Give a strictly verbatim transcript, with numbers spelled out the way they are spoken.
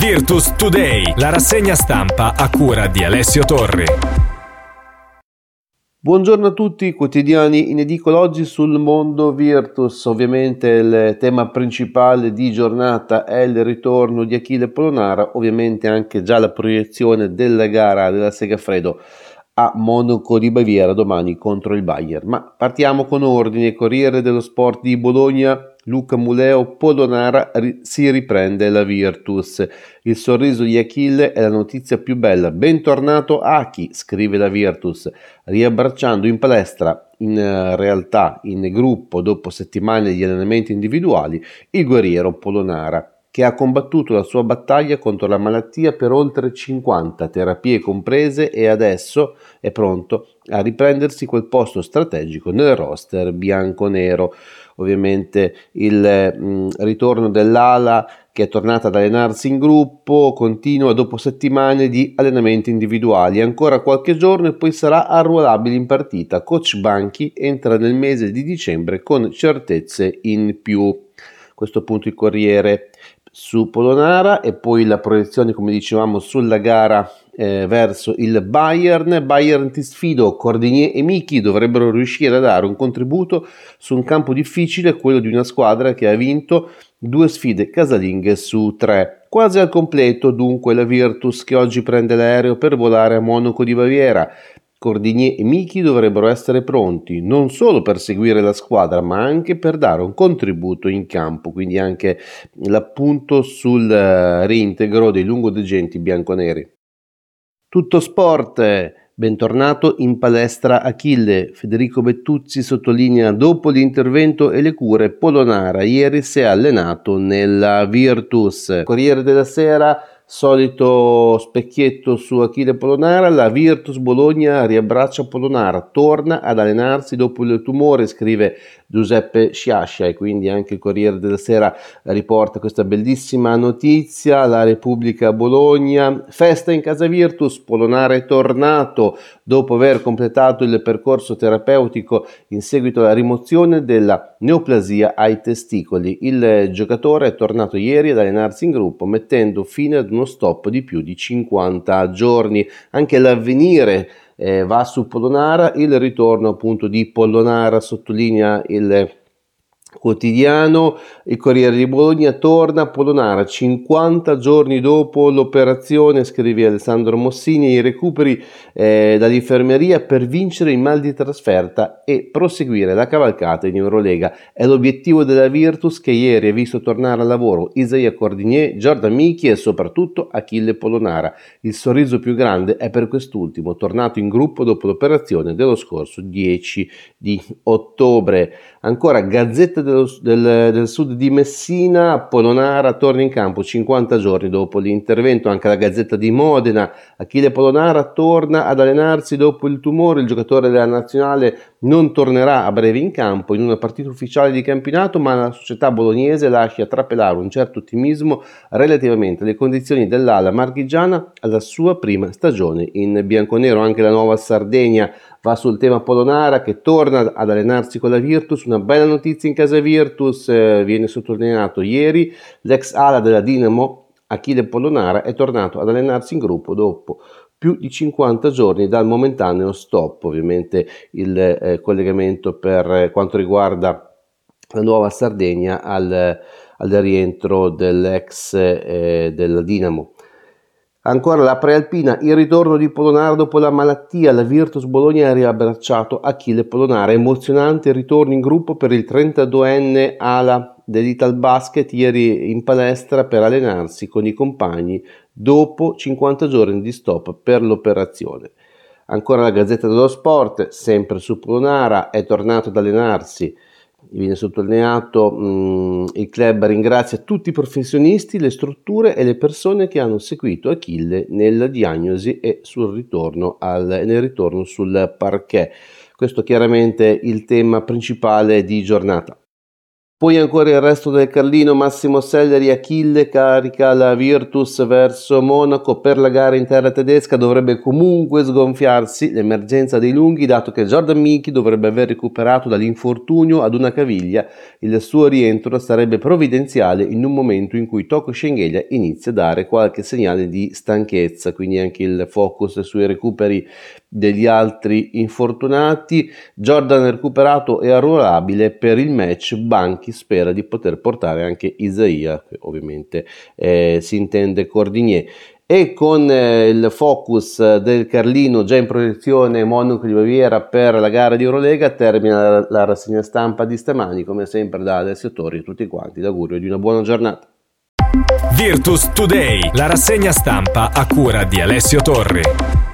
Virtus Today, la rassegna stampa a cura di Alessio Torri. Buongiorno a tutti, quotidiani in edicola oggi sul mondo Virtus. Ovviamente il tema principale di giornata è il ritorno di Achille Polonara, ovviamente anche già la proiezione della gara della Segafredo a Monaco di Baviera domani contro il Bayern. Ma partiamo con ordine. Corriere dello Sport di Bologna, Luca Muleo, Polonara ri- si riprende la Virtus. Il sorriso di Achille è la notizia più bella. Bentornato Aki, scrive la Virtus, riabbracciando in palestra, in uh, realtà in gruppo dopo settimane di allenamenti individuali, il guerriero Polonara, che ha combattuto la sua battaglia contro la malattia per oltre cinquanta terapie comprese e adesso è pronto a riprendersi quel posto strategico nel roster bianconero. Ovviamente il mh, ritorno dell'ala che è tornata ad allenarsi in gruppo continua dopo settimane di allenamenti individuali. Ancora qualche giorno e poi sarà arruolabile in partita. Coach Banchi entra nel mese di dicembre con certezze in più. Questo punto il Corriere su Polonara e poi la proiezione, come dicevamo, sulla gara eh, verso il Bayern. Bayern ti sfido, Cordinier e Michi dovrebbero riuscire a dare un contributo su un campo difficile, quello di una squadra che ha vinto due sfide casalinghe su tre. Quasi al completo dunque la Virtus, che oggi prende l'aereo per volare a Monaco di Baviera. Cordinier e Michi dovrebbero essere pronti non solo per seguire la squadra ma anche per dare un contributo in campo, quindi anche l'appunto sul reintegro dei lungodeggenti bianconeri. Tutto sport. Bentornato in palestra Achille. Federico Bettuzzi sottolinea: dopo l'intervento e le cure, Polonara ieri si è allenato nella Virtus. Corriere della Sera, solito specchietto su Achille Polonara. La Virtus Bologna riabbraccia Polonara, torna ad allenarsi dopo il tumore, scrive Giuseppe Sciascia, e quindi anche il Corriere della Sera riporta questa bellissima notizia. La Repubblica Bologna, festa in casa Virtus, Polonara è tornato dopo aver completato il percorso terapeutico in seguito alla rimozione della neoplasia ai testicoli. Il giocatore è tornato ieri ad allenarsi in gruppo, mettendo fine ad uno stop di più di cinquanta giorni. Anche l'Avvenire eh, va su Polonara, il ritorno appunto di Polonara, sottolinea il quotidiano. Il Corriere di Bologna, torna Polonara cinquanta giorni dopo l'operazione, scrive Alessandro Mossini, i recuperi eh, dall'infermeria per vincere il mal di trasferta e proseguire la cavalcata in Eurolega. È l'obiettivo della Virtus, che ieri ha visto tornare al lavoro Isaia Cordinier, Jordan Michi e soprattutto Achille Polonara. Il sorriso più grande è per quest'ultimo, tornato in gruppo dopo l'operazione dello scorso dieci di ottobre. Ancora Gazzetta dello, del, del Sud di Messina, Polonara torna in campo cinquanta giorni dopo l'intervento. Anche la Gazzetta di Modena, Achille Polonara torna ad allenarsi dopo il tumore, il giocatore della nazionale non tornerà a breve in campo in una partita ufficiale di campionato, ma la società bolognese lascia trapelare un certo ottimismo relativamente alle condizioni dell'ala marchigiana alla sua prima stagione in bianconero. Anche la Nuova Sardegna va sul tema Polonara, che torna ad allenarsi con la Virtus. Una bella notizia in casa Virtus, eh, viene sottolineato ieri, l'ex ala della Dinamo Achille Polonara è tornato ad allenarsi in gruppo dopo più di cinquanta giorni dal momentaneo stop. Ovviamente il eh, collegamento per quanto riguarda la Nuova Sardegna al, al rientro dell'ex eh, della Dinamo. Ancora la prealpina, il ritorno di Polonara dopo la malattia. La Virtus Bologna ha riabbracciato Achille Polonara. Emozionante il ritorno in gruppo per il trentaduenne ala dell'Italbasket, ieri in palestra per allenarsi con i compagni dopo cinquanta giorni di stop per l'operazione. Ancora la Gazzetta dello Sport, sempre su Polonara, è tornato ad allenarsi. Viene sottolineato mh, il club ringrazia tutti i professionisti, le strutture e le persone che hanno seguito Achille nella diagnosi e sul ritorno al, nel ritorno sul parquet. Questo chiaramente il tema principale di giornata. Poi ancora il resto del Carlino, Massimo Selleri, Achille carica la Virtus verso Monaco per la gara in terra tedesca, dovrebbe comunque sgonfiarsi l'emergenza dei lunghi dato che Jordan Mickey dovrebbe aver recuperato dall'infortunio ad una caviglia, il suo rientro sarebbe provvidenziale in un momento in cui Toko Schengelia inizia a dare qualche segnale di stanchezza, quindi anche il focus sui recuperi degli altri infortunati. Jordan recuperato e arruolabile per il match, Banchi spera di poter portare anche Isaia, che ovviamente eh, si intende Cordinier. E con eh, il focus del Carlino già in proiezione Monaco di Baviera per la gara di Eurolega, termina la, la rassegna stampa di stamani, come sempre da Alessio Torri e tutti quanti, l'augurio di una buona giornata. Virtus Today, la rassegna stampa a cura di Alessio Torri.